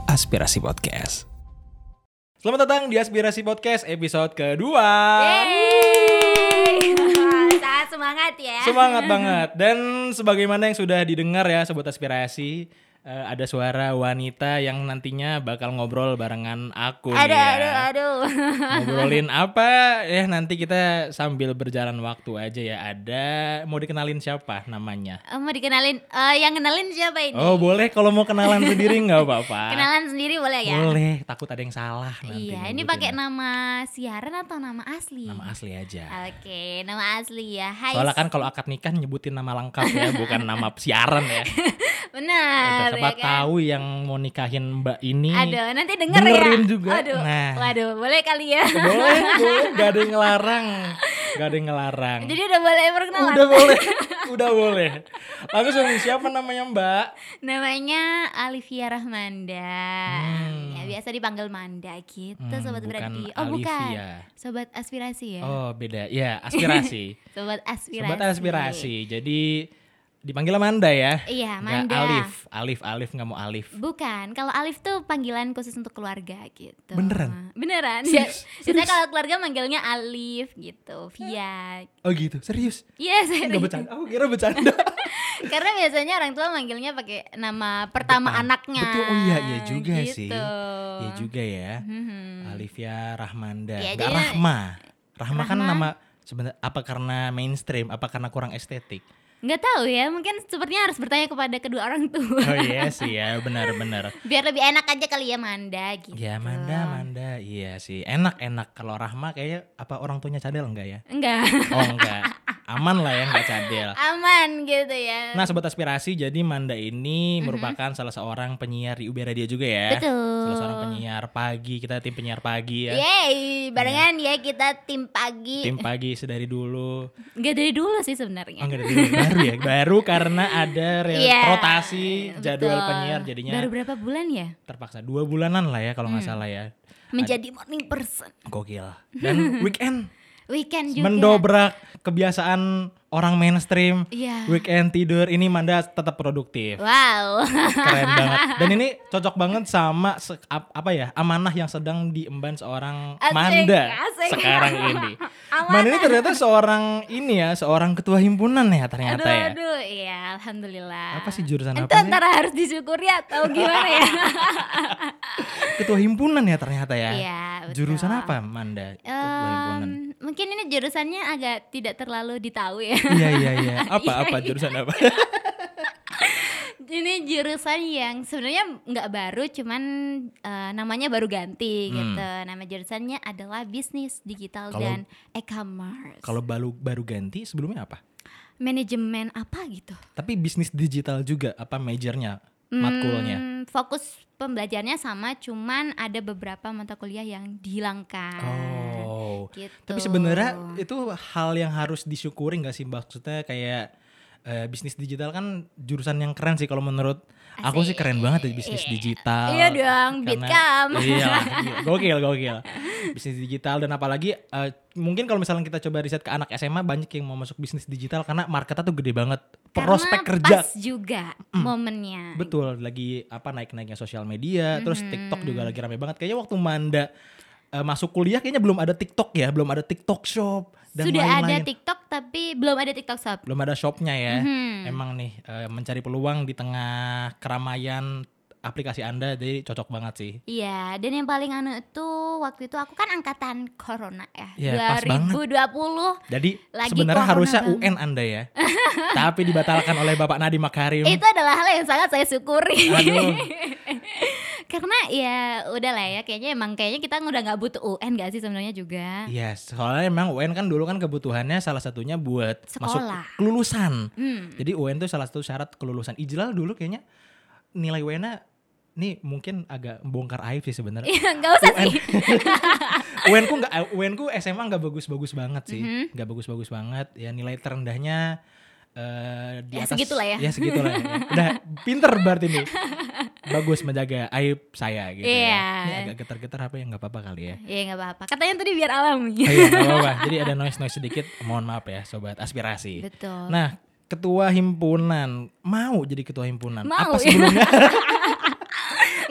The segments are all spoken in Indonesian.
Aspirasi Podcast. Selamat datang di Aspirasi Podcast episode kedua. Sangat semangat ya. Semangat banget. Dan sebagaimana yang sudah didengar ya Sobat Aspirasi, ada suara wanita yang nantinya bakal ngobrol barengan aku nih ya. Aduh. Ngobrolin apa ya, nanti kita sambil berjalan waktu aja ya. Ada, mau dikenalin siapa namanya? Mau dikenalin, yang kenalin siapa ini? Oh boleh, kalau mau kenalan sendiri nggak apa-apa. Kenalan sendiri boleh ya? Boleh, takut ada yang salah nanti. Iya, ini pakai nama siaran atau nama asli? Nama asli aja. Oke, nama asli ya. Hai. Soalnya kan kalau akad nikah nyebutin nama lengkap ya, bukan nama siaran ya. Benar. Siapa ya kan? tahu yang mau nikahin Mbak ini. Aduh, nanti denger dengerin ya. juga. Aduh, waduh, boleh kali ya. Boleh, gak ada yang ngelarang. Gak ada yang ngelarang. Jadi udah boleh perkenalan. Udah boleh. Langsung, siapa namanya Mbak? Namanya Alivia Rahmanda. Ya, biasa dipanggil Manda gitu, Sobat bukan Berarti. Alivia. Oh, bukan. Sobat Aspirasi ya. Oh beda, ya aspirasi. Sobat Aspirasi. Sobat Aspirasi, jadi dipanggil Manda ya? Iya, Nggak Manda. Alif nggak mau Alif. Bukan, kalau Alif tuh panggilan khusus untuk keluarga gitu. Beneran? Beneran. Biasanya kalau keluarga manggilnya Alif gitu, Via. Oh gitu, serius? Iya, serius. Nggak bercanda, aku kira bercanda. Karena biasanya orang tua manggilnya pakai nama pertama anaknya. Betul, oh iya juga gitu. sih. Iya juga ya. Alivia Rahmanda. Ya, Nggak jadi- Rahma kan nama sebenarnya, apa karena mainstream, apa karena kurang estetik? Nggak tahu ya, mungkin sepertinya harus bertanya kepada kedua orang tua. Oh iya sih ya, benar-benar. Biar lebih enak aja kali ya Manda gitu. Ya Manda, iya sih. Enak. Kalau Rahma kayaknya apa orang tuanya cadel enggak ya? Enggak. Oh enggak. Aman lah ya, enggak cadel. Aman gitu ya. Nah Sobat Aspirasi, jadi Manda ini merupakan salah seorang penyiar di UB Radio juga ya. Betul. Salah seorang penyiar pagi, kita tim penyiar pagi ya. Yeay, barengan ya kita tim pagi. Tim pagi sedari dulu. Enggak dari dulu sih sebenarnya. Oh enggak dari dulu, baru ya. Baru karena ada Iya, rotasi jadwal betul. penyiar, jadinya Baru berapa bulan ya? terpaksa 2 bulanan lah ya kalau nggak salah ya. Menjadi morning person. Gokil. Dan Weekend juga. mendobrak kebiasaan orang mainstream. Iya. Weekend tidur, ini Manda tetap produktif. Wow. Keren banget. Dan ini cocok banget sama amanah yang sedang diemban seorang Asik, Manda asik. sekarang ini. Manda ini ternyata seorang ketua himpunan ya ternyata ya. Aduh, iya, alhamdulillah. Apa sih jurusan Itu apa sih? antara harus disyukuri atau gimana ya? Ketua himpunan ya ternyata ya. Iya, betul. Jurusan apa Manda? Ketua himpunan. Mungkin ini jurusannya agak tidak terlalu ditahu ya. Iya. Apa jurusan apa? Ini jurusan yang sebenarnya nggak baru, cuman namanya baru ganti gitu. Nama jurusannya adalah Bisnis Digital dan E-commerce. Kalau baru ganti, sebelumnya apa? Manajemen apa gitu. Tapi bisnis digital juga apa majornya, matkulnya? Fokus pembelajarannya sama, cuman ada beberapa mata kuliah yang dihilangkan. Oh. Gitu. Tapi sebenarnya itu hal yang harus disyukuri nggak sih, maksudnya kayak bisnis digital kan jurusan yang keren sih kalau menurut aku sih, keren banget ya bisnis digital. Iya dong, Bitcam. Iya, gokil. Bisnis digital, dan apalagi mungkin kalau misalnya kita coba riset ke anak SMA, banyak yang mau masuk bisnis digital karena marketnya tuh gede banget. Prospek Karena kerja. pas juga momennya. Betul, lagi naik-naiknya sosial media, terus TikTok juga lagi rame banget. Kayaknya waktu Manda masuk kuliah kayaknya belum ada TikTok ya, belum ada TikTok Shop dan Sudah lain-lain. ada TikTok tapi belum ada TikTok Shop. Belum ada shopnya ya. Emang nih mencari peluang di tengah keramaian aplikasi Anda, jadi cocok banget sih. Iya, dan yang paling itu waktu itu aku kan angkatan corona ya, Iya, pas banget. 2020. Jadi Lagi sebenarnya corona harusnya banget. UN Anda ya. Tapi dibatalkan oleh Bapak Nadiem Makarim. Itu adalah hal yang sangat saya syukuri. Aduh. Karena ya udahlah ya, kayaknya kita udah nggak butuh UN gak sih sebenarnya juga. Iya, soalnya emang UN kan dulu kan kebutuhannya salah satunya buat masuk Sekolah. kelulusan. Jadi UN tuh salah satu syarat kelulusan. Ijlal dulu kayaknya nilai UN-nya nih mungkin agak bongkar aib sih sebenarnya. Iya, nggak usah sih. UN-ku SMA nggak bagus-bagus banget sih, nggak bagus-bagus banget. Ya nilai terendahnya di Ya, atas. segitulah ya. Ya segitulah. Ya. Udah pinter berarti nih. Bagus menjaga aib saya gitu Iya. ya. Ini agak getar-getar apa ya, nggak apa-apa kali ya. Iya nggak apa-apa. Katanya tadi biar alami. Oh, iya, nggak apa-apa. Jadi ada noise sedikit. Mohon maaf ya, sobat aspirasi. Betul. Nah, ketua himpunan mau jadi ketua himpunan. Mau, Apa ya? sebelumnya? Enggak,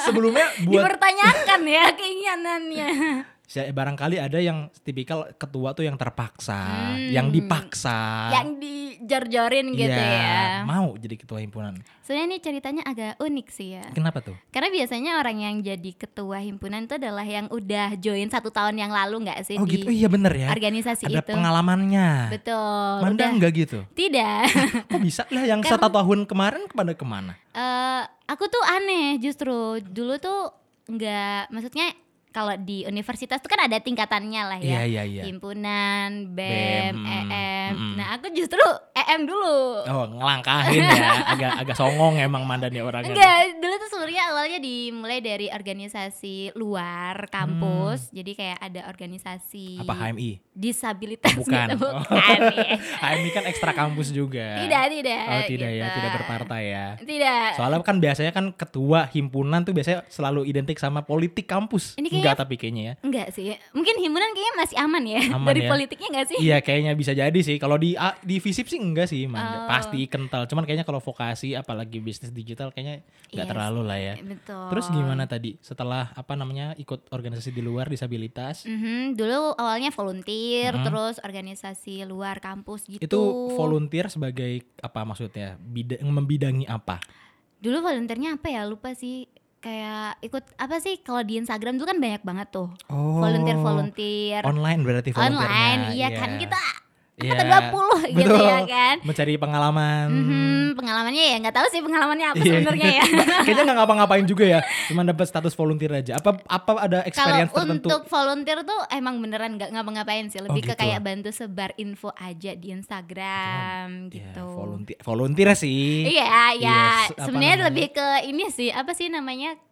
sebelumnya buat dipertanyakan ya keinginannya. barangkali ada yang tipikal ketua tuh yang terpaksa, yang dipaksa, yang dijor-jorin gitu ya. mau jadi ketua himpunan. Sebenarnya ini ceritanya agak unik sih ya. Kenapa tuh? Karena biasanya orang yang jadi ketua himpunan itu adalah yang udah join 1 tahun yang lalu nggak sih Oh di gitu, iya bener ya. organisasi Ada itu. pengalamannya. Betul. Manda udah. enggak gitu? Tidak. Kok bisa lah yang 1 tahun kemarin kepada kemana? Aku tuh aneh justru. Dulu tuh nggak, maksudnya kalau di universitas tuh kan ada tingkatannya lah ya. Iya. Himpunan, BEM, BEM, EM. Nah, aku justru EM dulu. Oh ngelangkahin ya, agak songong emang Manda nih orangnya. Enggak, dulu tuh sebenarnya awalnya dimulai dari organisasi luar kampus. Jadi kayak ada organisasi Apa HMI? disabilitas Bukan. gitu. Bukan ya. HMI kan ekstra kampus juga. Tidak. Oh tidak gitu. ya, tidak berpartai ya. Tidak. Soalnya kan biasanya kan ketua himpunan tuh biasanya selalu identik sama politik kampus. Ini Enggak tapi kayaknya ya. Enggak sih. Mungkin himpunan kayaknya masih aman ya Aman dari ya? politiknya enggak sih? Iya kayaknya bisa jadi sih. Kalau di FISIP sih enggak sih, Manda. Oh. Pasti kental. Cuman kayaknya kalau vokasi apalagi bisnis digital kayaknya enggak Yes, terlalu lah ya. Betul. Terus gimana tadi setelah ikut organisasi di luar disabilitas? Dulu awalnya volunteer, terus organisasi luar kampus gitu. Itu volunteer sebagai apa maksudnya? Membidangi apa? Dulu volunteernya apa ya? Lupa sih. Kayak ikut apa sih kalau di Instagram dulu kan banyak banget tuh. Oh. Volunteer. Online berarti volunteernya. Online, iya kan kita Iya, angkatan 20 gitu betul. ya kan. Mencari pengalaman. Pengalamannya ya nggak tahu sih pengalamannya apa Iya. sebenarnya ya. Kayaknya nggak ngapa-ngapain juga ya, cuma dapat status volunteer aja. Apa ada Kalau experience tertentu? untuk volunteer tuh emang beneran nggak ngapa-ngapain sih, lebih ke gitu. kayak bantu sebar info aja di Instagram Ya, gitu. volunteer sih. Iya, Yes, apa sebenarnya namanya? lebih ke ini sih, apa sih namanya?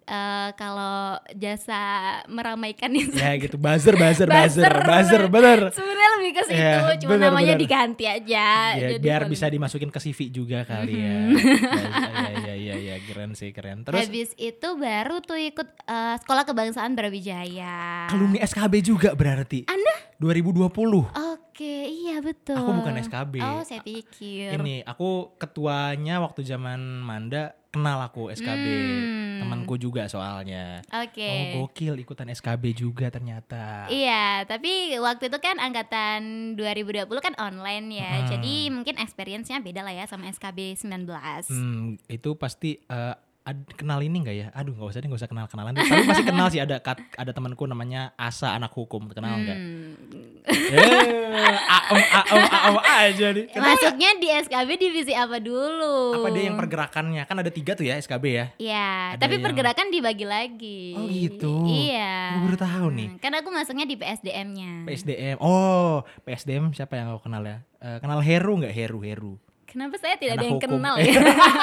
Kalau jasa meramaikan Ya Instagram. gitu, buzzer, Buzzer. bener. Sebenarnya lebih ke situ, Iya, cuma bener, namanya bener. diganti aja. Ya, jadi biar volunteer. bisa dimasukin ke CV juga kali ya. Iya, keren sih, keren. Terus Habis itu baru tuh ikut sekolah kebangsaan Brawijaya. alumni SKB juga berarti. Anda? 2020. Oke, iya betul. Aku bukan SKB. Oh, saya pikir. Ini aku ketuanya waktu zaman Manda, kenal aku SKB. Temanku juga soalnya. Oke. Oh gokil, ikutan SKB juga ternyata. Iya, tapi waktu itu kan angkatan 2020 kan online ya. Jadi mungkin experience-nya beda lah ya sama SKB 19. Itu pasti kenal ini enggak ya? Aduh nggak usah kenalan. Tapi pasti kenal sih, ada temanku namanya Asa, anak hukum, kenal enggak? Aem aja nih. Masuknya di SKB divisi apa dulu? Apa dia yang pergerakannya? Kan ada 3 tuh ya SKB ya. Iya, Ada tapi yang- pergerakan dibagi lagi. Oh gitu. Iya. Gue baru tahu nih. Kan aku masuknya di PSDM-nya. PSDM. Oh, PSDM siapa yang aku kenal ya? Kenal Heru enggak? Heru. Kenapa saya tidak Anak ada yang hukum. kenal ya?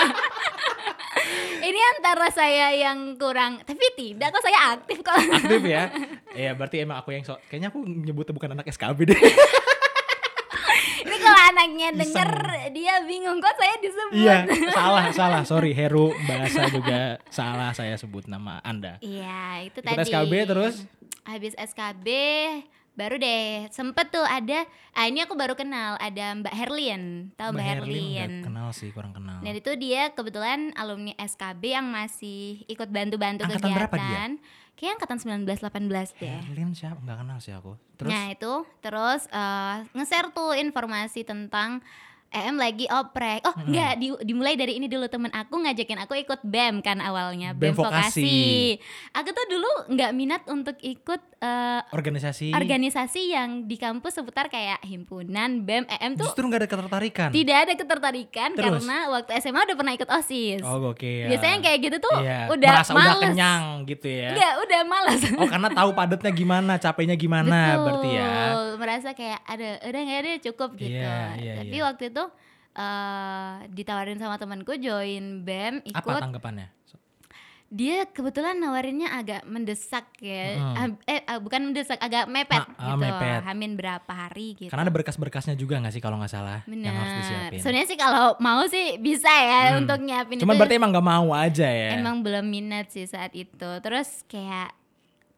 Ini antara saya yang kurang, tapi tidak kok, saya aktif kok. Aktif ya? Iya, berarti emang aku yang kayaknya aku nyebutnya bukan anak SKB deh. Ini kalau anaknya Iseng. denger dia bingung kok saya disebut. Iya, salah. Sorry, Heru bahasa juga salah saya sebut nama Anda. Iya, itu Ikut tadi. SKB terus? Habis SKB baru deh sempet tuh ada, ini aku baru kenal, ada Mbak Herlien. Tahu Mbak Herlien? Nggak kenal sih, kurang kenal. Dan itu dia kebetulan alumni SKB yang masih ikut bantu-bantu Angkatan kegiatan. berapa dia? Kayaknya angkatan 19-18 deh. Herlin siapa? Nggak kenal sih aku. Terus? Nah itu terus nge-share tuh informasi tentang EM lagi oprek. Oh enggak, dimulai dari ini dulu, temen aku ngajakin aku ikut BEM kan awalnya, BEM BEM vokasi. vokasi. Aku tuh dulu nggak minat untuk ikut Organisasi. organisasi yang di kampus seputar kayak himpunan, BEM, EM tuh Justru nggak ada ketertarikan. tidak ada ketertarikan. Terus? Karena waktu SMA udah pernah ikut OSIS. Oh gokil. Biasanya kayak gitu tuh Iya, udah merasa males. udah kenyang gitu ya. Enggak, udah malas. Oh karena tahu padatnya gimana, capeknya gimana berarti ya. Merasa kayak udah nggak ada cukup gitu. Iya, Tapi iya. waktu itu ditawarin sama temanku join BEM ikut. Apa tanggapannya? Dia kebetulan nawarinnya agak mendesak ya. Bukan mendesak, agak mepet gitu. Mepet. Hamin berapa hari gitu. Karena ada berkas-berkasnya juga nggak sih kalau nggak salah yang harus Bener. disiapin. Sebenarnya sih kalau mau sih bisa ya untuk nyiapin Cuman itu. berarti emang nggak mau aja ya. Emang belum minat sih saat itu. Terus kayak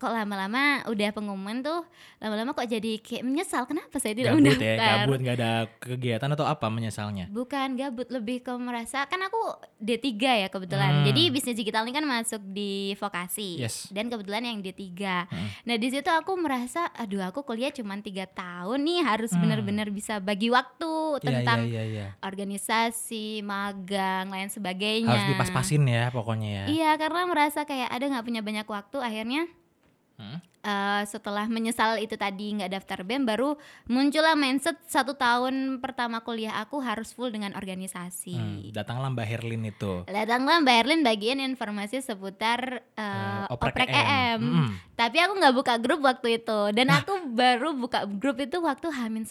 kok lama-lama udah pengumuman tuh lama-lama kok jadi kayak menyesal kenapa saya tidak Gabut mendaftar. ya, gabut gak ada kegiatan atau apa menyesalnya? Bukan gabut, lebih ke merasa kan aku D3 ya kebetulan. Jadi bisnis digital ini kan masuk di vokasi. Yes. Dan kebetulan yang D3. Nah, di situ aku merasa aduh aku kuliah cuma 3 tahun nih harus benar-benar bisa bagi waktu tentang Iya. organisasi, magang, lain sebagainya. Harus dipas-pasin ya pokoknya ya. Iya, karena merasa kayak ada nggak punya banyak waktu, akhirnya setelah menyesal itu tadi nggak daftar BEM, baru muncullah mindset 1 tahun pertama kuliah aku harus full dengan organisasi. Datanglah Mbak Herlin itu. Datanglah Mbak Erlin bagian informasi seputar Oprek EM. Tapi aku nggak buka grup waktu itu, dan aku baru buka grup itu waktu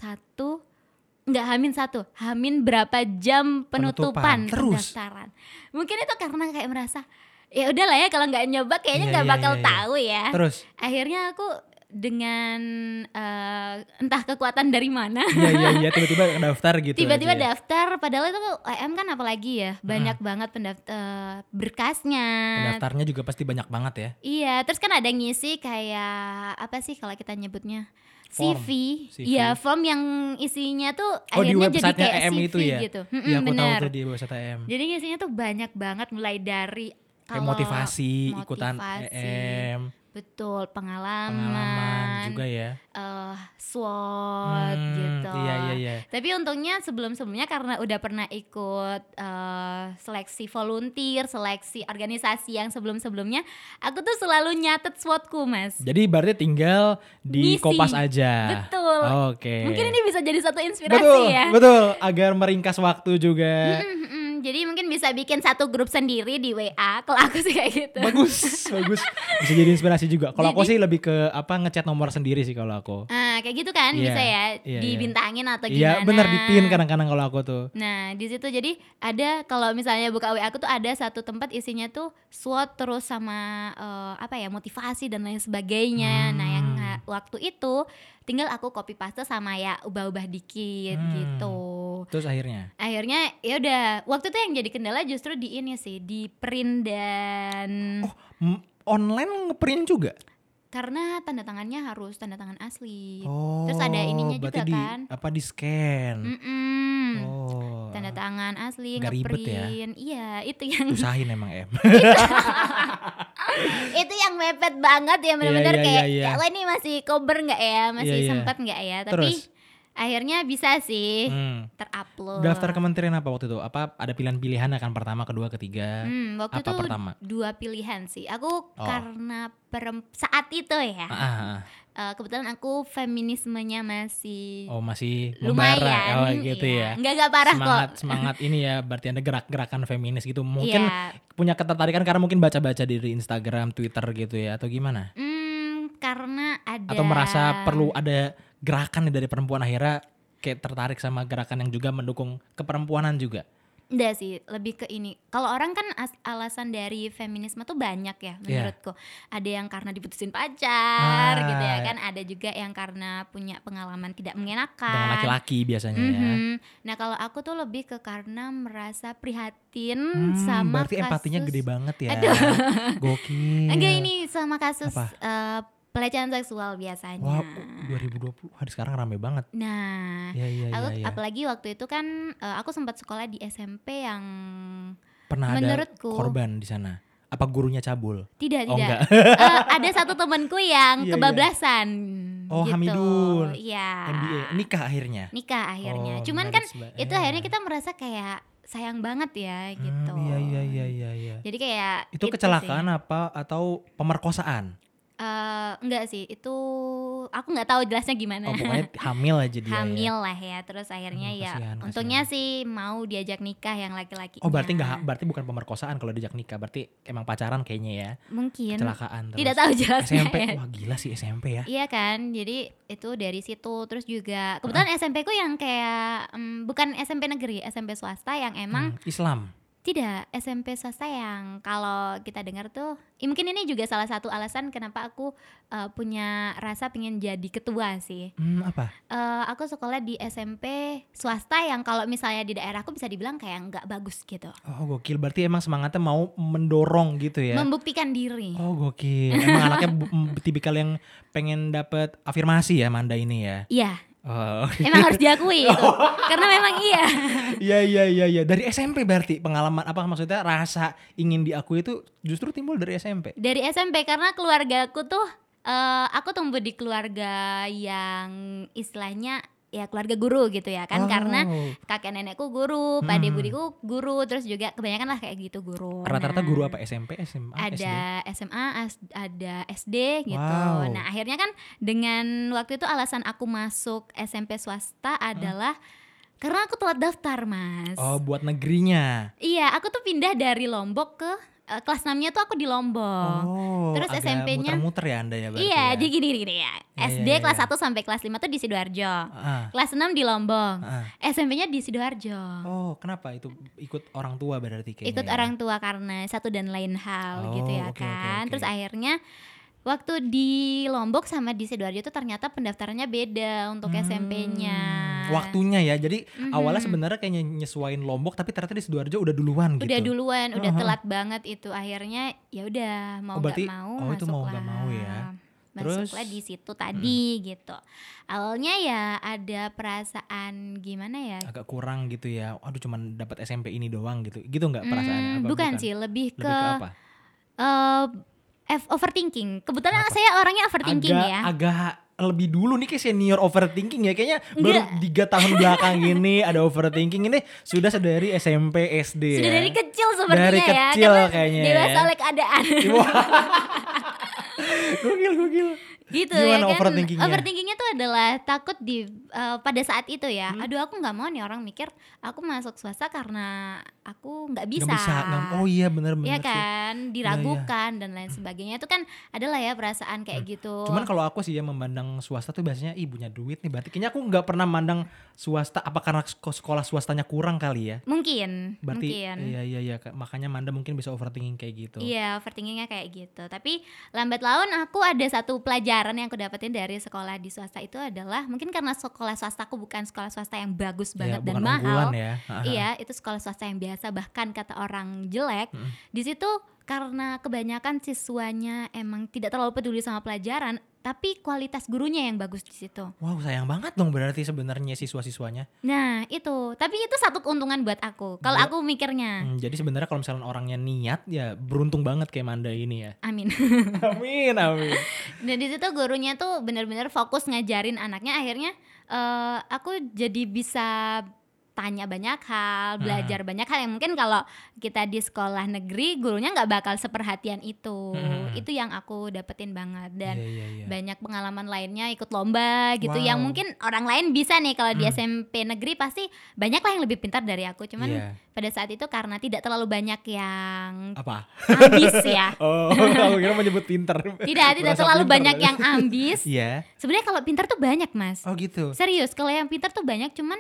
Hamin berapa jam penutupan pendaftaran. Mungkin itu karena kayak merasa ya udahlah ya kalau nggak nyoba kayaknya nggak bakal tahu ya. Terus akhirnya aku dengan entah kekuatan dari mana iya tiba-tiba daftar gitu. tiba-tiba aja. daftar, padahal itu EM kan apalagi ya banyak banget berkasnya. Pendaftarnya juga pasti banyak banget ya. Iya, terus kan ada ngisi kayak apa sih kalau kita nyebutnya Form. CV. CV. Iya, form yang isinya tuh di akhirnya jadi websitenya kayak EM CV itu ya. gitu. Iya aku tahu Bener. tuh di website EM. Jadi ngisinya tuh banyak banget, mulai dari Kayak motivasi, ikutan EM. Betul, Pengalaman juga ya. SWOT gitu. Iya. Tapi untungnya sebelumnya karena udah pernah ikut seleksi volunteer, seleksi organisasi yang sebelumnya, aku tuh selalu nyatet SWOT-ku, Mas. Jadi berarti tinggal di Ngisi. kopas aja. Betul. Oke. Mungkin ini bisa jadi satu inspirasi ya. Betul, agar meringkas waktu juga. Jadi mungkin bisa bikin satu grup sendiri di WA. Kalau aku sih kayak gitu. Bagus. Bisa jadi inspirasi juga. Kalau aku sih lebih ke ngechat nomor sendiri sih kalau aku. Kayak gitu kan Iya, bisa ya iya. dibintangin atau Iya, gimana. benar dipin kadang-kadang kalau aku tuh. Nah, di situ jadi ada kalau misalnya buka WA aku tuh ada satu tempat isinya tuh SWOT terus sama motivasi dan lain sebagainya. Nah, yang waktu itu tinggal aku copy paste sama ya ubah-ubah dikit gitu. Terus akhirnya ya udah, waktu itu yang jadi kendala justru di ini sih, di print dan online ngeprint juga. karena tanda tangannya harus tanda tangan asli. Oh, Terus ada ininya juga berarti kan. di scan. Oh. Tanda tangan asli, Nggak ribet ya? ngeprint. Iya, itu yang Usahain emang em. itu yang mepet banget ya, benar-benar Iya, kayak iya. ya ini masih cover nggak ya, masih Iya. sempat nggak ya, tapi Terus? akhirnya bisa sih terupload. Daftar kementerian apa waktu itu? Apa ada pilihan-pilihan akan pertama, kedua, ketiga? Waktu apa itu pertama? 2 pilihan sih. Aku karena saat itu ya. Kebetulan aku feminismenya masih masih lumayan. membara gitu iya. ya. Enggak parah kok. Semangat ini ya, berarti ada gerakan feminis gitu. Mungkin Iya. punya ketertarikan karena mungkin baca-baca di Instagram, Twitter gitu ya, atau gimana? Karena ada. Atau merasa perlu ada gerakan nih dari perempuan, akhirnya kayak tertarik sama gerakan yang juga mendukung keperempuanan juga. Enggak sih, lebih ke ini. Kalau orang kan alasan dari feminisme tuh banyak ya menurutku. Ada yang karena diputusin pacar gitu ya kan. Ada juga yang karena punya pengalaman tidak mengenakan. Dengan laki-laki biasanya ya. Nah kalau aku tuh lebih ke karena merasa prihatin sama berarti kasus. empatinya gede banget ya. Aduh. Gokil. Enggak, ini sama kasus pelecehan seksual biasanya. Wah, 2020 hari sekarang rame banget. Nah, aku apalagi waktu itu kan aku sempat sekolah di SMP yang pernah menurutku, ada korban di sana. Apa gurunya cabul? Tidak. Enggak. Ada satu temanku yang kebablasan. Oh, gitu. Hamidun. Iya. MBA. Nikah akhirnya. Cuman kan itu akhirnya kita merasa kayak sayang banget ya gitu. Iya. Jadi kayak itu kecelakaan sih. Apa atau pemerkosaan? Enggak sih, itu aku nggak tahu jelasnya gimana. Pokoknya hamil aja dia. Hamil lah ya, terus akhirnya untungnya sih mau diajak nikah yang laki-laki. Berarti bukan pemerkosaan kalau diajak nikah, berarti emang pacaran kayaknya ya. Mungkin. Kecelakaan terus. Tidak tahu jelasnya. SMP, wah gila sih SMP ya. Iya kan, jadi itu dari situ. Terus juga kebetulan SMP ku yang kayak bukan SMP negeri, SMP swasta yang emang Islam. Tidak, SMP swasta yang kalau kita dengar tuh, mungkin ini juga salah satu alasan kenapa aku punya rasa pengen jadi ketua sih. Apa? Aku sekolah di SMP swasta yang kalau misalnya di daerahku bisa dibilang kayak nggak bagus gitu. Oh gokil, berarti emang semangatnya mau mendorong gitu ya. Membuktikan diri. Oh gokil, emang anaknya tipikal yang pengen dapet afirmasi ya Manda ini ya. Iya, Oh. emang harus diakui itu. Karena memang iya. Iya. Dari SMP berarti pengalaman apa maksudnya rasa ingin diakui itu justru timbul dari SMP. Dari SMP karena keluargaku tuh aku tumbuh di keluarga yang istilahnya ya keluarga guru gitu ya kan, karena kakek nenekku guru, pade budiku guru, terus juga kebanyakan lah kayak gitu guru. Rata-rata guru apa SMP, SMA, SD? Ada SMA, ada SD gitu. Wow. Nah akhirnya kan dengan waktu itu alasan aku masuk SMP swasta adalah karena aku telat daftar, Mas. Oh buat negerinya. Iya, aku tuh pindah dari Lombok ke kelas 6-nya tuh aku di Lombok. Oh, Terus agak SMP-nya muter-muter ya Anda ya berarti iya, ya. jadi gini ya. SD Iya. kelas 1 sampai kelas 5 tuh di Sidoarjo. Kelas 6 di Lombok. SMP-nya di Sidoarjo. Oh, kenapa itu ikut orang tua berarti kayaknya? Ikut ya? orang tua karena satu dan lain hal gitu ya oke. kan. Terus akhirnya waktu di Lombok sama di Sidoarjo tuh ternyata pendaftarannya beda untuk SMP-nya. Waktunya ya, jadi awalnya sebenarnya kayaknya nyesuain Lombok, tapi ternyata di Sidoarjo udah duluan gitu. Udah duluan, udah telat banget itu. Akhirnya ya udah mau nggak berarti, mau itu mau nggak masuklah. mau ya. Masuklah di situ tadi gitu. Awalnya ya ada perasaan gimana ya? Agak kurang gitu ya. Aduh cuman dapat SMP ini doang gitu. Gitu nggak perasaannya? Apa Bukan sih, lebih ke apa? overthinking. Kebetulan saya orangnya overthinking ya. Agak lebih dulu nih kayak senior overthinking ya. Kayaknya baru 3 tahun belakang ini ada overthinking ini sudah dari SMP, SD Sudah ya. dari kecil sepertinya Dari ya. kecil Karena kayaknya dewasa ya. oleh keadaan. Gokil. Gitu Gimana ya kan. overthinkingnya? Overthinkingnya tuh adalah takut di pada saat itu ya. Aduh aku nggak mau nih orang mikir aku masuk swasta karena aku nggak bisa. Oh iya benar-benar Iya sih. kan, diragukan dan lain sebagainya. Itu kan adalah ya perasaan kayak gitu. Cuman kalau aku sih ya memandang swasta tuh biasanya punya duit nih. Berarti kayaknya aku nggak pernah mandang swasta apa karena sekolah swastanya kurang kali ya. mungkin. Berarti iya makanya Manda mungkin bisa overthinking kayak gitu. Iya, overthinkingnya kayak gitu. Tapi lambat laun aku ada satu pelajaran yang aku dapetin dari sekolah di swasta itu adalah mungkin karena sekolah swastaku bukan sekolah swasta yang bagus banget dan bukan mahal. unggulan ya. Iya, itu sekolah swasta yang biasa bahkan kata orang jelek. Di situ karena kebanyakan siswanya emang tidak terlalu peduli sama pelajaran, tapi kualitas gurunya yang bagus di situ. Wow, sayang banget dong berarti sebenarnya siswa-siswanya. Nah, itu. Tapi itu satu keuntungan buat aku. Kalau aku mikirnya. Jadi sebenarnya kalau misalnya orangnya niat ya beruntung banget kayak Manda ini ya. Amin. Amin. Dan di situ gurunya tuh benar-benar fokus ngajarin anaknya. Akhirnya aku jadi bisa tanya banyak hal, belajar banyak hal yang mungkin kalau kita di sekolah negeri gurunya nggak bakal seperhatian itu. Itu yang aku dapetin banget. Dan banyak pengalaman lainnya, ikut lomba gitu yang mungkin orang lain bisa nih kalau di SMP negeri pasti banyak lah yang lebih pintar dari aku. Cuman pada saat itu karena tidak terlalu banyak yang apa? ambis ya. Oh, aku kira menyebut pintar. Tidak terlalu banyak yang ambis. Iya. Sebenarnya kalau pintar tuh banyak, Mas. Oh gitu. Serius, kalau yang pintar tuh banyak, cuman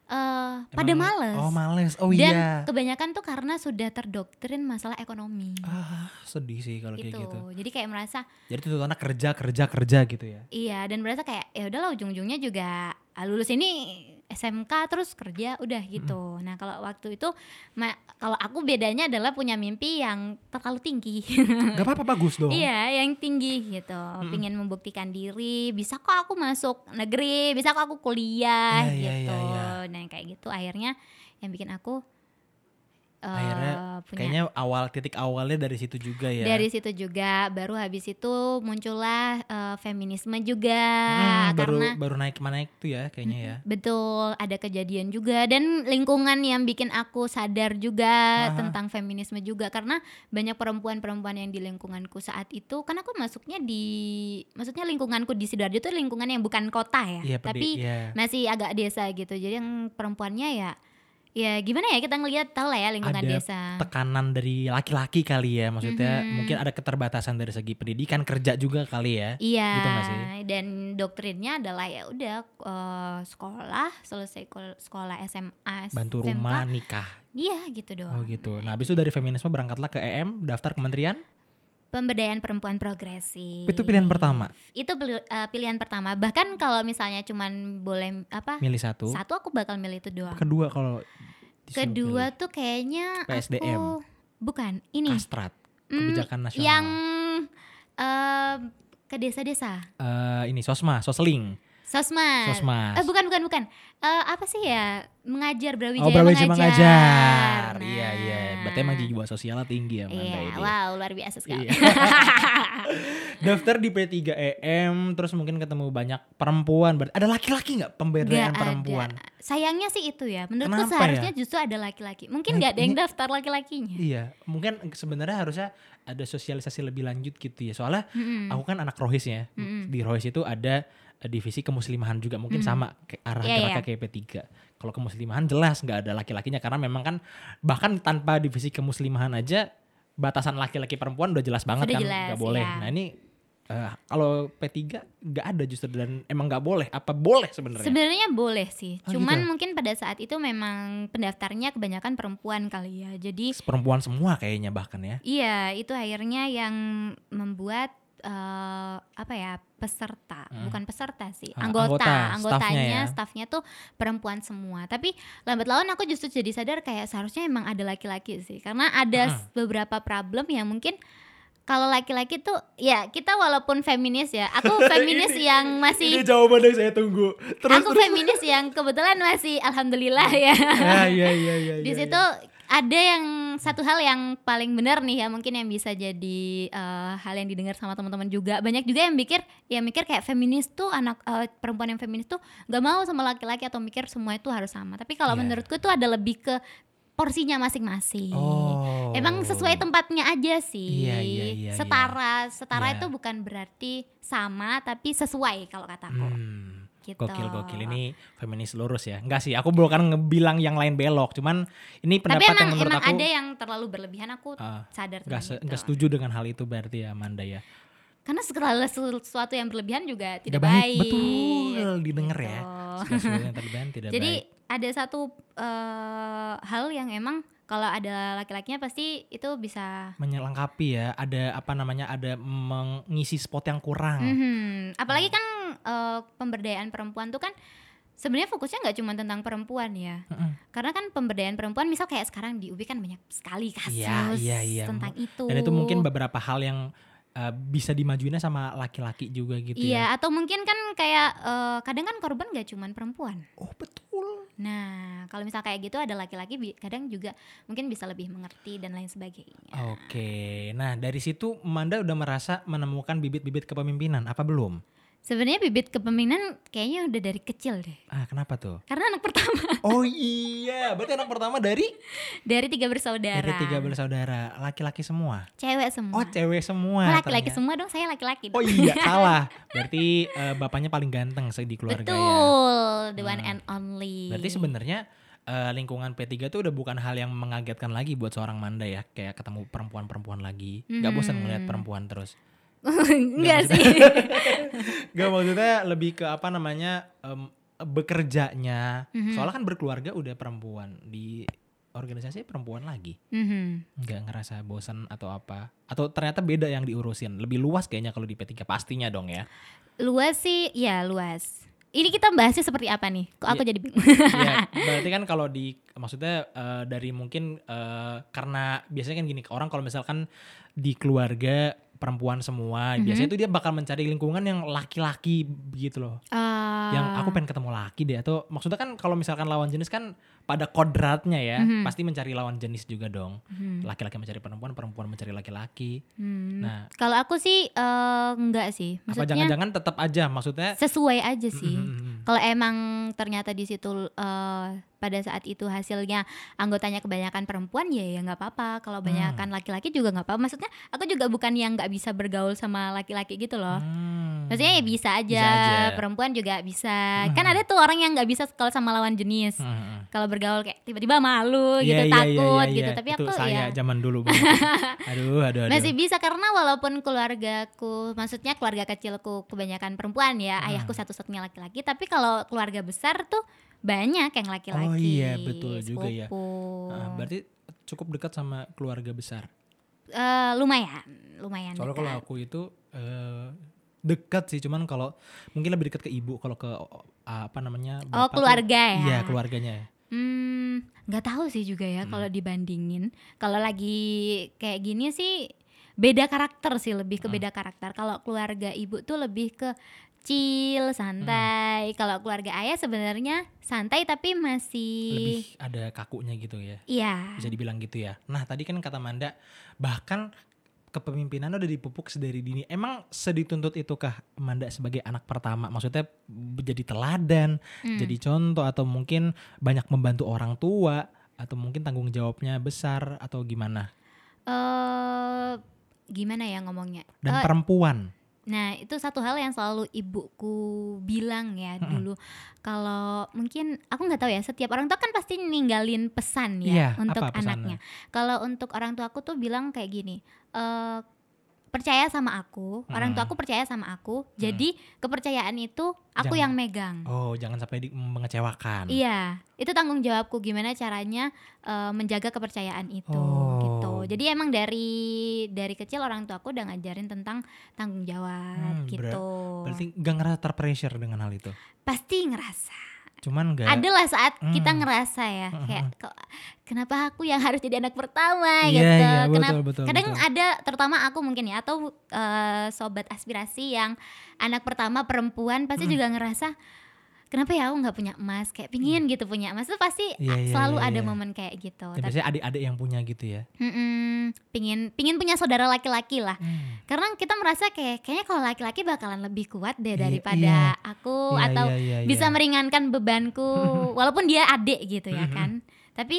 pada males. Oh males. Oh dan iya. kebanyakan tuh karena sudah terdoktrin masalah ekonomi. Sedih sih kalau kayak gitu. Jadi kayak merasa. Jadi tuntutannya kerja gitu ya. Iya, dan merasa kayak ya udahlah ujung-ujungnya juga lulus ini SMK terus kerja udah gitu. Nah kalau waktu itu kalau aku bedanya adalah punya mimpi yang terlalu tinggi. Gak apa-apa, bagus dong. Iya, yang tinggi gitu. Pingin membuktikan diri, bisa kok aku masuk negeri, bisa kok aku kuliah gitu. Nah kayak gitu akhirnya yang bikin aku akhirnya kayaknya titik awalnya dari situ juga ya. Dari situ juga, baru habis itu muncullah feminisme juga. Baru naik tuh ya kayaknya ya. Betul, ada kejadian juga dan lingkungan yang bikin aku sadar juga tentang feminisme juga. Karena banyak perempuan-perempuan yang di lingkunganku saat itu, kan aku maksudnya lingkunganku di Sidoarjo itu lingkungan yang bukan kota ya, tapi masih agak desa gitu. Jadi yang perempuannya ya gimana ya, kita ngelihat tahu lah ya lingkungan desa. Ada tekanan dari laki-laki kali ya, maksudnya mungkin ada keterbatasan dari segi pendidikan, kerja juga kali ya. Iya. Gitu gak sih? Dan doktrinnya adalah ya udah sekolah, selesai sekolah SMA, bantu SMK, rumah, nikah Iya gitu Oh doang. gitu. Nah habis itu dari feminisme berangkatlah ke EM, daftar kementerian. Pemberdayaan perempuan progresif. Itu pilihan pertama. Itu pilihan pertama. Bahkan kalau misalnya cuman boleh Milih satu. satu aku bakal milih itu doang. Kedua kalau disuruh Kedua pilih. tuh kayaknya PSDM. aku bukan ini. Kastrat, kebijakan nasional. Yang ke desa-desa. Ini Sosling. Sosmas. Sosmas. Bukan. Apa sih ya? Mengajar, Brawijaya, Brawijaya mengajar. mengajar. Iya. Berarti emang jiwa sosialnya tinggi ya Amanda Iya, ini. wow, luar biasa sekali. Iya. Daftar di P3EM, terus mungkin ketemu banyak perempuan. Ada laki-laki nggak pemberdayaan Gak perempuan? ada. Sayangnya sih itu ya. Menurutku Kenapa seharusnya ya? justru ada laki-laki. Mungkin nggak ada yang daftar laki-lakinya. Iya, mungkin sebenarnya harusnya ada sosialisasi lebih lanjut gitu ya. Soalnya aku kan anak Rohis ya. Di Rohis itu ada divisi kemuslimahan juga, mungkin sama arah Iya, geraknya kayak P3. Kalau kemuslimahan jelas nggak ada laki-lakinya karena memang kan bahkan tanpa divisi kemuslimahan aja batasan laki-laki perempuan udah jelas banget Sudah kan jelas, nggak boleh. iya. Nah ini kalau P3 nggak ada justru dan emang nggak boleh. Apa boleh sebenarnya? Sebenarnya boleh sih. Oh, Cuman gitu. mungkin pada saat itu memang pendaftarnya kebanyakan perempuan kali ya. Jadi Perempuan semua kayaknya bahkan ya. iya, itu akhirnya yang membuat peserta, bukan peserta sih, Anggota, anggotanya, staffnya ya. staffnya tuh perempuan semua. Tapi lambat laun aku justru jadi sadar kayak seharusnya emang ada laki-laki sih, karena ada beberapa problem yang mungkin kalau laki-laki tuh ya kita walaupun feminis ya, aku feminis yang masih, Ini jawaban yang saya tunggu. aku feminis yang kebetulan masih alhamdulillah ya. Iya. Di situ ada yang satu hal yang paling benar nih ya, mungkin yang bisa jadi hal yang didengar sama teman-teman juga. Banyak juga yang mikir kayak feminis tuh perempuan yang feminis tuh nggak mau sama laki-laki atau mikir semua itu harus sama. Tapi kalau Iya. menurutku tuh ada lebih ke porsinya masing-masing. Oh. Emang sesuai tempatnya aja sih. Iya. Setara Iya. itu bukan berarti sama tapi sesuai kalau kataku. Gitu. Gokil ini feminis lurus ya. Enggak sih, aku bukan ngebilang yang lain belok, cuman ini Tapi pendapat yang emang menurut aku ada yang terlalu berlebihan, aku sadar tentang itu. enggak setuju dengan hal itu berarti ya Amanda ya. Karena segala sesuatu yang berlebihan juga tidak Nggak baik. Betul, didengar ya. Gitu. Segala sesuatu yang berlebihan tidak Jadi baik. ada satu hal yang emang kalau ada laki-lakinya pasti itu bisa Melengkapi ya, ada ada mengisi spot yang kurang. apalagi kan pemberdayaan perempuan tuh kan sebenarnya fokusnya nggak cuma tentang perempuan ya. Karena kan pemberdayaan perempuan misal kayak sekarang di UB kan banyak sekali kasus Iya. tentang itu. Dan itu mungkin beberapa hal yang bisa dimajuinnya sama laki-laki juga gitu ya. Iya, atau mungkin kan kayak kadang kan korban gak cuma perempuan. Oh betul. Nah, kalau misal kayak gitu ada laki-laki kadang juga mungkin bisa lebih mengerti dan lain sebagainya. Oke, nah dari situ Amanda udah merasa menemukan bibit-bibit kepemimpinan, apa belum? Sebenarnya bibit kepemimpinan kayaknya udah dari kecil deh. Kenapa tuh? Karena anak pertama Oh iya, berarti anak pertama dari 3 bersaudara. Dari 3 bersaudara, laki-laki semua. Cewek semua. Oh, cewek semua. Laki-laki ternyata. semua dong, saya laki-laki dong. Oh iya, salah. Berarti bapaknya paling ganteng di keluarga ya. Betul, the one and only. Berarti sebenarnya lingkungan P3 tuh udah bukan hal yang mengagetkan lagi buat seorang Manda ya, kayak ketemu perempuan-perempuan lagi. Gak bosan ngeliat perempuan terus. Enggak sih. Gak, maksudnya lebih ke bekerjanya. Soalnya kan berkeluarga udah perempuan, di organisasi perempuan lagi. Nggak ngerasa bosan atau apa? Atau ternyata beda yang diurusin? Lebih luas kayaknya kalau di P3 pastinya dong ya. Luas sih, ya luas. Ini kita bahasnya seperti apa nih? Kok aku jadi bingung. Ya, berarti kan kalau maksudnya dari mungkin karena biasanya kan gini, orang kalau misalkan di keluarga perempuan semua, biasanya itu dia bakal mencari lingkungan yang laki-laki begitu loh. Yang aku pengen ketemu laki deh, atau maksudnya kan kalau misalkan lawan jenis kan pada kodratnya ya, pasti mencari lawan jenis juga dong. Laki-laki mencari perempuan, perempuan mencari laki-laki. Nah, kalau aku sih enggak sih. Maksudnya apa jangan-jangan tetap aja maksudnya sesuai aja sih. Kalau emang ternyata di situ pada saat itu hasilnya anggotanya kebanyakan perempuan, ya nggak apa-apa. Kalau banyakan laki-laki juga nggak apa-apa. Maksudnya aku juga bukan yang nggak bisa bergaul sama laki-laki gitu loh. Maksudnya ya bisa aja. Perempuan juga bisa. Kan ada tuh orang yang nggak bisa kalau sama lawan jenis. Kalau bergaul kayak tiba-tiba malu gitu, takut gitu. Tapi itu aku saya ya zaman dulu banget. Aduh. masih bisa, karena walaupun keluargaku, maksudnya keluarga kecilku kebanyakan perempuan ya, ayahku satu-satunya laki-laki, tapi kalau keluarga besar tuh banyak yang laki-laki. Oh iya, betul juga ya. sepupu. Berarti cukup dekat sama keluarga besar. Lumayan Soalnya kalau dekat. aku itu dekat sih, cuman kalau mungkin lebih dekat ke ibu, kalau ke apa namanya Oh, bapak keluarga tuh, ya? iya keluarganya ya. Nggak tahu sih juga ya kalau dibandingin. Kalau lagi kayak gini sih beda karakter sih, lebih ke beda karakter. Kalau keluarga ibu tuh lebih ke chill, santai. Kalau keluarga ayah sebenarnya santai tapi masih Lebih ada kakunya gitu ya, iya. bisa dibilang gitu ya. Nah tadi kan kata Manda, bahkan kepemimpinan udah dipupuk sedari dini. Emang sedituntut itukah Manda sebagai anak pertama? Maksudnya jadi teladan, jadi contoh, atau mungkin banyak membantu orang tua, atau mungkin tanggung jawabnya besar, atau gimana? Gimana ya ngomongnya? Dan perempuan. Nah, itu satu hal yang selalu ibuku bilang ya dulu. Kalau mungkin aku nggak tahu ya, setiap orang tua kan pasti ninggalin pesan Iya, ya untuk apa pesannya? anaknya. Kalau untuk orang tua aku tuh bilang kayak gini, percaya sama aku, orang tua aku percaya sama aku. Jadi kepercayaan itu aku yang megang. Oh, jangan sampai mengecewakan. Iya, itu tanggung jawabku gimana caranya menjaga kepercayaan itu gitu. Jadi emang dari kecil orang tua aku udah ngajarin tentang tanggung jawab gitu. Berarti gak ngerasa terpressure dengan hal itu? Pasti ngerasa. Cuman gak Adalah saat kita ngerasa ya kayak kenapa aku yang harus jadi anak pertama gitu. Iya, Kenapa? betul, Kadang betul. ada, terutama aku mungkin ya, atau sobat aspirasi yang anak pertama perempuan pasti juga ngerasa kenapa ya aku nggak punya emas, kayak pingin gitu punya emas. Itu pasti Iya, selalu iya, ada iya. momen kayak gitu. Dan biasanya adik-adik yang punya gitu ya. Pingin punya saudara laki-laki lah. Karena kita merasa kayaknya kalau laki-laki bakalan lebih kuat deh daripada aku, Iya, atau iya, bisa iya. meringankan bebanku walaupun dia adik gitu ya kan. Tapi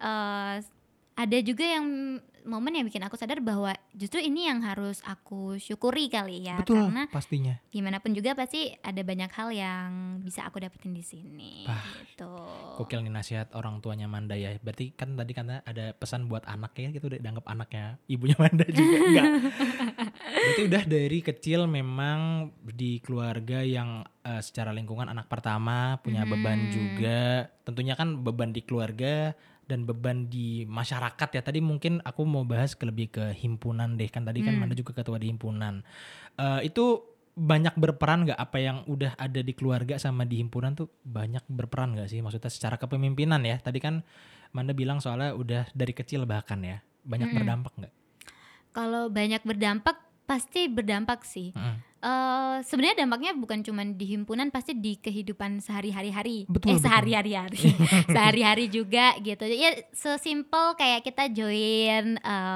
ada juga yang momen yang bikin aku sadar bahwa justru ini yang harus aku syukuri kali ya. Betul, Karena pastinya. gimana pun juga pasti ada banyak hal yang bisa aku dapetin di sini gitu. Gokil nih nasihat orang tuanya Manda ya. Berarti kan tadi kan ada pesan buat anak ya, gitu udah dianggap anaknya ibunya Manda juga. Enggak. Berarti udah dari kecil memang di keluarga yang secara lingkungan anak pertama, punya beban juga. Tentunya kan beban di keluarga dan beban di masyarakat ya. Tadi mungkin aku mau bahas lebih ke himpunan deh. Kan tadi kan Manda juga ketua di himpunan. Itu banyak berperan gak apa yang udah ada di keluarga sama di himpunan tuh, banyak berperan gak sih? Maksudnya secara kepemimpinan ya. Tadi kan Manda bilang soalnya udah dari kecil bahkan ya. Banyak berdampak gak? Kalau banyak berdampak, pasti berdampak sih. Sebenarnya dampaknya bukan cuma di himpunan, pasti di kehidupan sehari-hari. Betul. Sehari-hari juga gitu. Ya sesimpel kayak kita join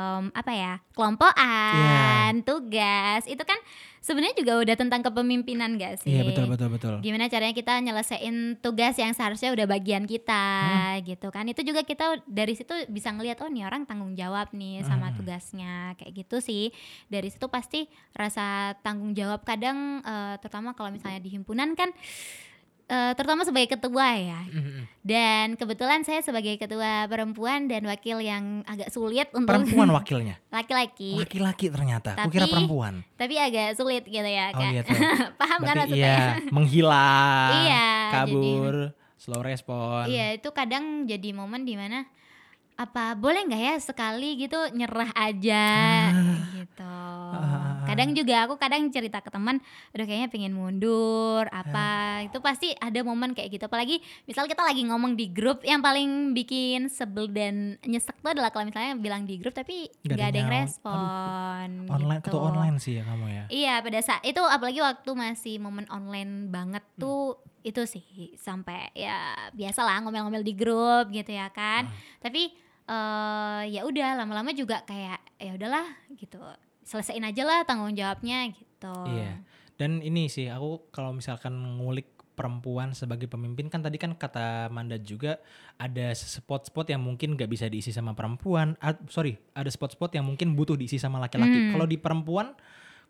kelompokan, tugas. Itu kan sebenarnya juga udah tentang kepemimpinan gak sih? Iya, betul. Gimana caranya kita nyelesain tugas yang seharusnya udah bagian kita gitu kan. Itu juga kita dari situ bisa ngelihat, oh nih orang tanggung jawab nih sama tugasnya, kayak gitu sih. Dari situ pasti rasa tanggung jawab kadang terutama kalau misalnya di himpunan kan terutama sebagai ketua ya. Dan kebetulan saya sebagai ketua perempuan dan wakil yang agak sulit untuk Perempuan wakilnya? laki-laki. Laki-laki ternyata, aku kira perempuan. Tapi agak sulit gitu ya Oh Kak. gitu. Paham kan Berarti maksudnya? iya, menghilang, Iya, kabur, slow respon. Iya, itu kadang jadi momen dimana apa boleh nggak ya sekali gitu nyerah aja gitu. Kadang juga aku cerita ke teman, udah kayaknya pengen mundur apa. Itu pasti ada momen kayak gitu. Apalagi misal kita lagi ngomong di grup, yang paling bikin sebel dan nyesek tuh adalah kalau misalnya bilang di grup tapi nggak ada yang respon. Online, gitu. ketua online sih ya kamu ya. Iya, pada saat itu apalagi waktu masih momen online banget tuh, itu sih sampai ya biasalah ngomel-ngomel di grup gitu ya kan. Tapi ya udah lama-lama juga kayak ya udahlah gitu, selesain aja lah tanggung jawabnya gitu. Iya. Dan ini sih aku kalau misalkan ngulik perempuan sebagai pemimpin, kan tadi kan kata Manda juga ada spot-spot yang mungkin gak bisa diisi sama perempuan. Ada spot-spot yang mungkin butuh diisi sama laki-laki. Kalau di perempuan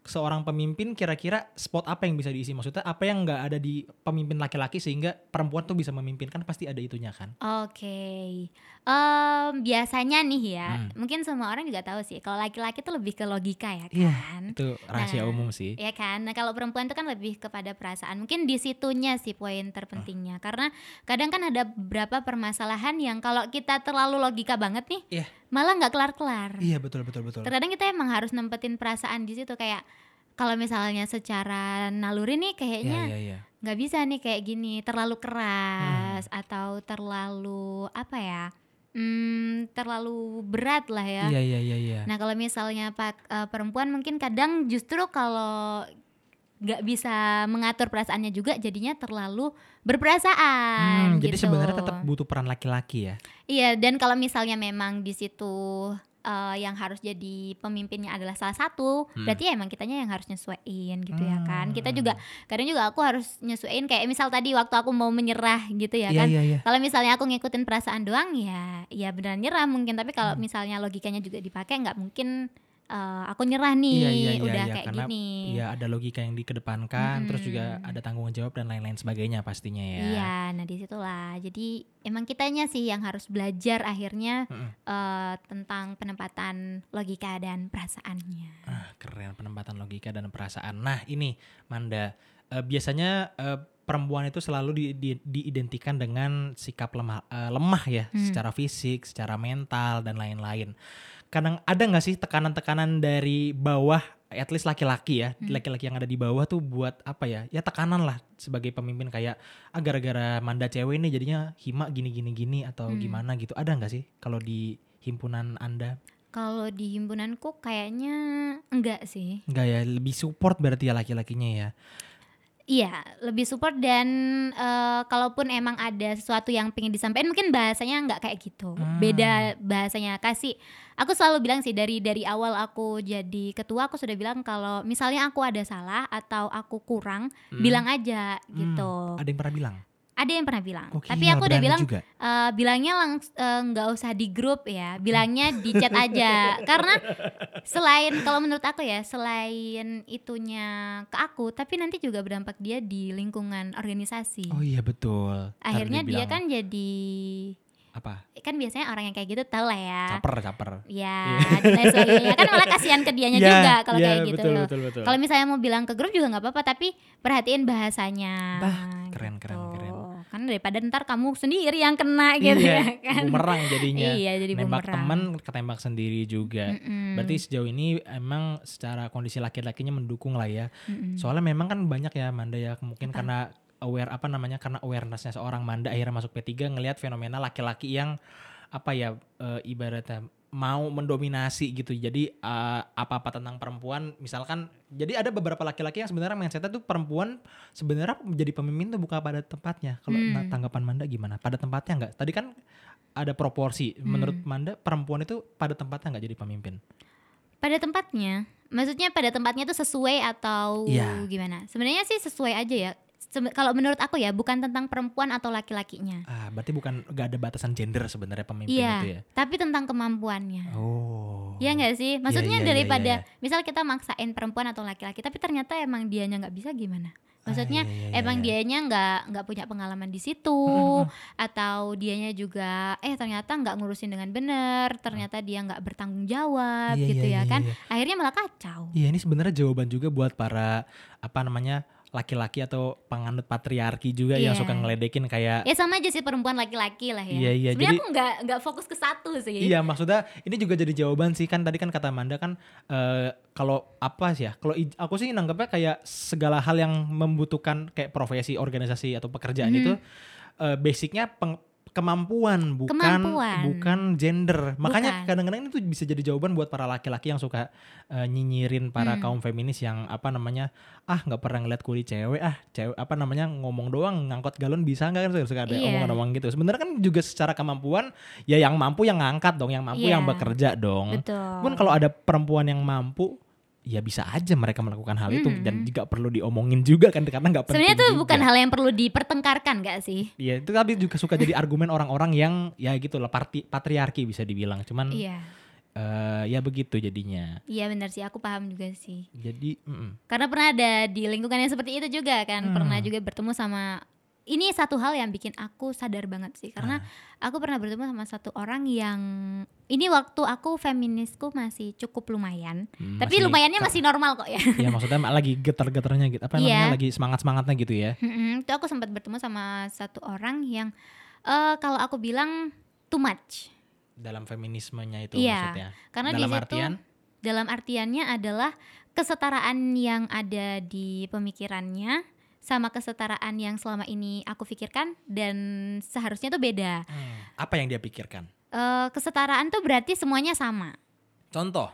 seorang pemimpin kira-kira spot apa yang bisa diisi? Maksudnya apa yang nggak ada di pemimpin laki-laki sehingga perempuan tuh bisa memimpin, kan pasti ada itunya kan? Oke, biasanya nih ya, mungkin semua orang juga tahu sih kalau laki-laki tuh lebih ke logika ya Iya, kan. itu rahasia umum sih. Ya kan. Nah, kalau perempuan tuh kan lebih kepada perasaan. Mungkin di situnya sih poin terpentingnya. Karena kadang kan ada beberapa permasalahan yang kalau kita terlalu logika banget nih, Iya. malah nggak kelar-kelar. Iya, betul. Terkadang kita emang harus nempetin perasaan di situ, kayak kalau misalnya secara naluri nih kayaknya Iya. nggak bisa nih kayak gini, terlalu keras atau terlalu apa ya, terlalu berat lah ya. Iya. Nah, kalau misalnya perempuan mungkin kadang justru kalau nggak bisa mengatur perasaannya juga jadinya terlalu berperasaan Jadi gitu. sebenarnya tetap butuh peran laki-laki ya. Iya, dan kalau misalnya memang di situ yang harus jadi pemimpinnya adalah salah satu, berarti ya emang kitanya yang harus nyesuaiin gitu ya kan. Kita juga kadang juga aku harus nyesuaiin, kayak misal tadi waktu aku mau menyerah gitu ya kan. Iya. Kalau misalnya aku ngikutin perasaan doang ya beneran nyerah mungkin, tapi kalau misalnya logikanya juga dipakai nggak mungkin aku nyerah nih udah kayak karena gini. ya ada logika yang dikedepankan, terus juga ada tanggung jawab dan lain-lain sebagainya pastinya ya. Iya, nah disitulah. Jadi emang kitanya sih yang harus belajar akhirnya tentang penempatan logika dan perasaannya. Keren, penempatan logika dan perasaan. Nah ini Manda, biasanya perempuan itu selalu diidentikan dengan sikap lemah ya, secara fisik, secara mental dan lain-lain. Kadang ada nggak sih tekanan-tekanan dari bawah, at least laki-laki ya, laki-laki yang ada di bawah tuh buat apa ya tekanan lah sebagai pemimpin, kayak gara-gara Manda cewek nih jadinya Hima gini atau gimana gitu, ada nggak sih kalau di himpunan Anda? Kalau di himpunanku kayaknya enggak sih. Enggak ya, lebih support berarti ya laki-lakinya ya. Iya, lebih support dan kalaupun emang ada sesuatu yang pengen disampaikan mungkin bahasanya nggak kayak gitu. Beda bahasanya. Aku selalu bilang sih dari awal aku jadi ketua, aku sudah bilang kalau misalnya aku ada salah atau aku kurang, bilang aja gitu. Ada yang pernah bilang? Ada yang pernah bilang. Gokil, Tapi aku udah berani bilang juga. Bilangnya nggak usah di grup ya, bilangnya di chat aja. Karena kalau menurut aku ya, selain itunya ke aku, tapi nanti juga berdampak dia di lingkungan organisasi. Oh iya betul. Akhirnya Tadi dia bilang kan jadi apa? Kan biasanya orang yang kayak gitu tau lah ya. Caper. Ya, dan lain sebagainya. Kan malah kasihan ke dianya juga kalau kayak gitu. Betul. Kalau misalnya mau bilang ke grup juga nggak apa-apa, tapi perhatiin bahasanya. Keren. Kan daripada ntar kamu sendiri yang kena gitu ya kan. Bumerang jadinya. Iya, jadi nembak bumerang. temen, ketembak sendiri juga. Berarti sejauh ini emang secara kondisi laki-lakinya mendukung lah ya. Soalnya memang kan banyak ya Manda ya, mungkin karena karena awarenessnya seorang Manda akhirnya masuk P3 ngelihat fenomena laki-laki yang ibaratnya mau mendominasi gitu. Jadi apa-apa tentang perempuan, misalkan jadi ada beberapa laki-laki yang sebenarnya mindsetnya tuh perempuan sebenarnya menjadi pemimpin tuh bukan pada tempatnya. Kalau tanggapan Manda gimana? Pada tempatnya nggak? Tadi kan ada proporsi. Menurut Manda perempuan itu pada tempatnya nggak jadi pemimpin? Pada tempatnya? Maksudnya pada tempatnya tuh sesuai atau gimana? Sebenarnya sih sesuai aja ya. Kalau menurut aku ya, bukan tentang perempuan atau laki-lakinya. Berarti gak ada batasan gender sebenarnya pemimpin itu ya? Tapi tentang kemampuannya. Iya nggak sih? Iya, Maksudnya daripada misal kita maksain perempuan atau laki-laki, tapi ternyata emang dianya nggak bisa gimana? Maksudnya emang dianya nggak punya pengalaman di situ, atau dianya juga ternyata nggak ngurusin dengan benar, ternyata dia nggak bertanggung jawab kan? Akhirnya malah kacau. Iya, ini sebenarnya jawaban juga buat para laki-laki atau penganut patriarki juga yang suka ngeledekin kayak ya sama aja sih perempuan laki-laki lah ya. Iya, sebenarnya jadi aku nggak fokus ke satu sih. Iya, maksudnya ini juga jadi jawaban sih, kan tadi kan kata Manda kan kalau aku sih nanggapnya kayak segala hal yang membutuhkan kayak profesi, organisasi atau pekerjaan itu basicnya kemampuan, bukan gender. Makanya kadang-kadang itu bisa jadi jawaban buat para laki-laki yang suka nyinyirin para kaum feminis yang nggak pernah ngeliat kuli cewek, ngomong doang ngangkut galon bisa nggak, kan suka ada omongan gitu. Sebenarnya kan juga secara kemampuan ya yang mampu yang ngangkat dong, yang mampu yang bekerja dong. Pun kalau ada perempuan yang mampu, ya bisa aja mereka melakukan hal itu dan juga perlu diomongin juga kan, karena nggak penting. Sebenarnya itu juga. bukan hal yang perlu dipertengkarkan gak sih? Iya, itu tapi juga suka jadi argumen orang-orang yang ya gitu lah, patriarki bisa dibilang. Cuman ya begitu jadinya. Iya benar sih, aku paham juga sih. Jadi Karena pernah ada di lingkungan yang seperti itu juga kan, pernah juga bertemu sama, ini satu hal yang bikin aku sadar banget sih, karena aku pernah bertemu sama satu orang yang, ini waktu aku feminisku masih cukup lumayan, tapi lumayannya masih normal kok ya. Ya maksudnya lagi getar-getarnya gitu, apa namanya, lagi semangat-semangatnya gitu ya. Itu aku sempat bertemu sama satu orang yang kalau aku bilang too much. Dalam feminismenya itu Iya, maksudnya. karena Dalam di situ artian? dalam artiannya adalah kesetaraan yang ada di pemikirannya sama kesetaraan yang selama ini aku pikirkan dan seharusnya tuh beda. Apa yang dia pikirkan? Kesetaraan tuh berarti semuanya sama. Contoh,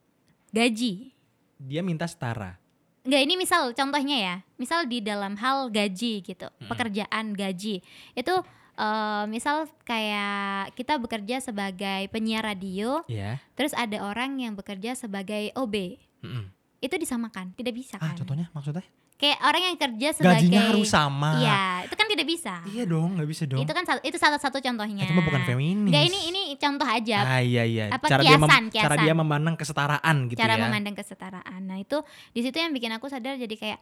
Gaji. dia minta setara. Enggak, ini misal contohnya ya. Misal di dalam hal gaji gitu. Pekerjaan gaji. Itu misal kayak kita bekerja sebagai penyiar radio, terus ada orang yang bekerja sebagai OB. Itu disamakan, tidak bisa kan? Contohnya maksudnya? Kayak orang yang kerja sebagai, gajinya harus sama. Iya, itu kan tidak bisa. Iya dong, nggak bisa dong. Itu salah satu contohnya. Itu mah bukan feminis. Enggak, ini contoh aja. Iya. Apa, Cara dia memandang kesetaraan gitu cara ya. memandang kesetaraan. Nah itu di situ yang bikin aku sadar, jadi kayak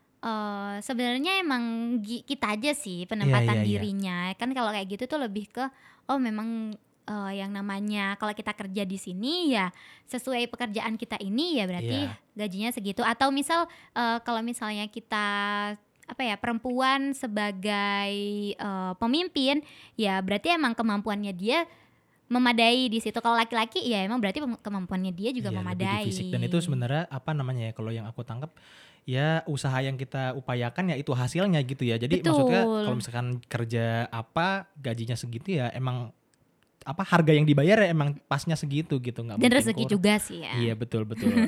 sebenarnya emang kita aja sih penempatan dirinya. Kan kalau kayak gitu tuh lebih ke memang yang namanya kalau kita kerja di sini ya sesuai pekerjaan kita ini ya berarti gajinya segitu. Atau misal kalau misalnya kita perempuan sebagai pemimpin ya berarti emang kemampuannya dia memadai di situ. Kalau laki-laki ya emang berarti kemampuannya dia juga memadai. Lebih di fisik. Dan itu sebenarnya kalau yang aku tangkap ya usaha yang kita upayakan ya itu hasilnya gitu ya. Jadi maksudnya kalau misalkan kerja gajinya segitu ya emang harga yang dibayar ya emang pasnya segitu gitu, nggak dan rezeki juga sih ya. Iya betul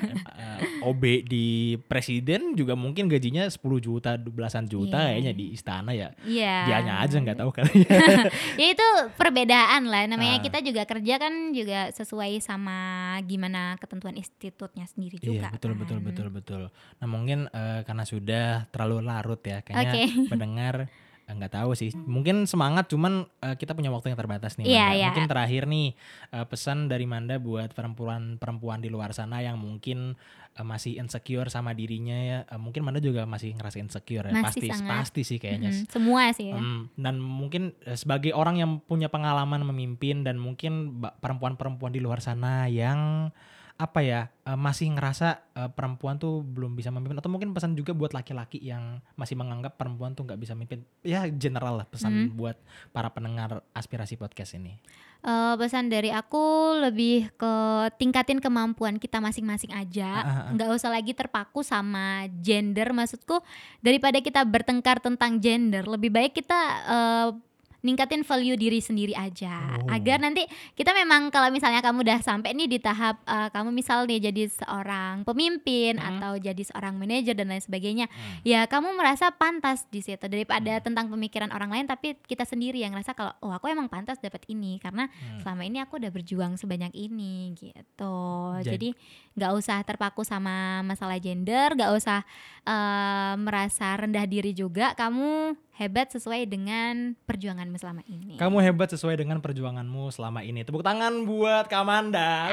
OB di presiden juga mungkin gajinya 10 juta belasan juta kayaknya di istana ya. Dianya aja nggak tahu kali. Ya itu perbedaan lah, namanya kita juga kerja kan juga sesuai sama gimana ketentuan institutnya sendiri juga. Iya betul. Nah mungkin karena sudah terlalu larut ya kayaknya pendengar nggak tahu sih, mungkin semangat, cuman kita punya waktu yang terbatas nih Manda. Mungkin terakhir nih pesan dari Manda buat perempuan di luar sana yang mungkin masih insecure sama dirinya ya. Mungkin Manda juga masih ngerasa insecure ya. Pasti sih kayaknya. Semua sih ya. Dan mungkin sebagai orang yang punya pengalaman memimpin dan mungkin perempuan-perempuan di luar sana yang masih ngerasa perempuan tuh belum bisa memimpin, atau mungkin pesan juga buat laki-laki yang masih menganggap perempuan tuh nggak bisa memimpin, ya general lah pesan buat para pendengar Aspirasi Podcast ini. Pesan dari aku lebih ke tingkatin kemampuan kita masing-masing aja, nggak usah lagi terpaku sama gender. Maksudku daripada kita bertengkar tentang gender, lebih baik kita ningkatin value diri sendiri aja, agar nanti kita memang kalau misalnya kamu udah sampai nih di tahap kamu misal nih jadi seorang pemimpin atau jadi seorang manajer dan lain sebagainya, ya kamu merasa pantas di situ daripada tentang pemikiran orang lain, tapi kita sendiri yang ngerasa kalau aku emang pantas dapat ini karena selama ini aku udah berjuang sebanyak ini gitu. Jadi nggak usah terpaku sama masalah gender, nggak usah merasa rendah diri juga. Kamu hebat sesuai dengan perjuanganmu selama ini. Kamu hebat sesuai dengan perjuanganmu selama ini. Tepuk tangan buat Kak Manda.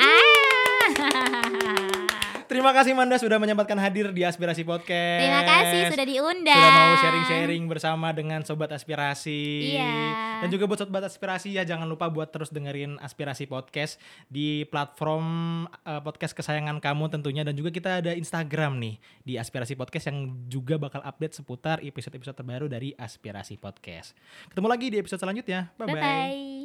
Terima kasih Manda sudah menyempatkan hadir di Aspirasi Podcast. Terima kasih sudah diundang. Sudah mau sharing-sharing bersama dengan Sobat Aspirasi. Iya. Dan juga buat Sobat Aspirasi ya jangan lupa buat terus dengerin Aspirasi Podcast di platform podcast kesayangan kamu tentunya. Dan juga kita ada Instagram nih di Aspirasi Podcast yang juga bakal update seputar episode-episode terbaru dari Aspirasi Podcast. Ketemu lagi di episode selanjutnya. Bye-bye.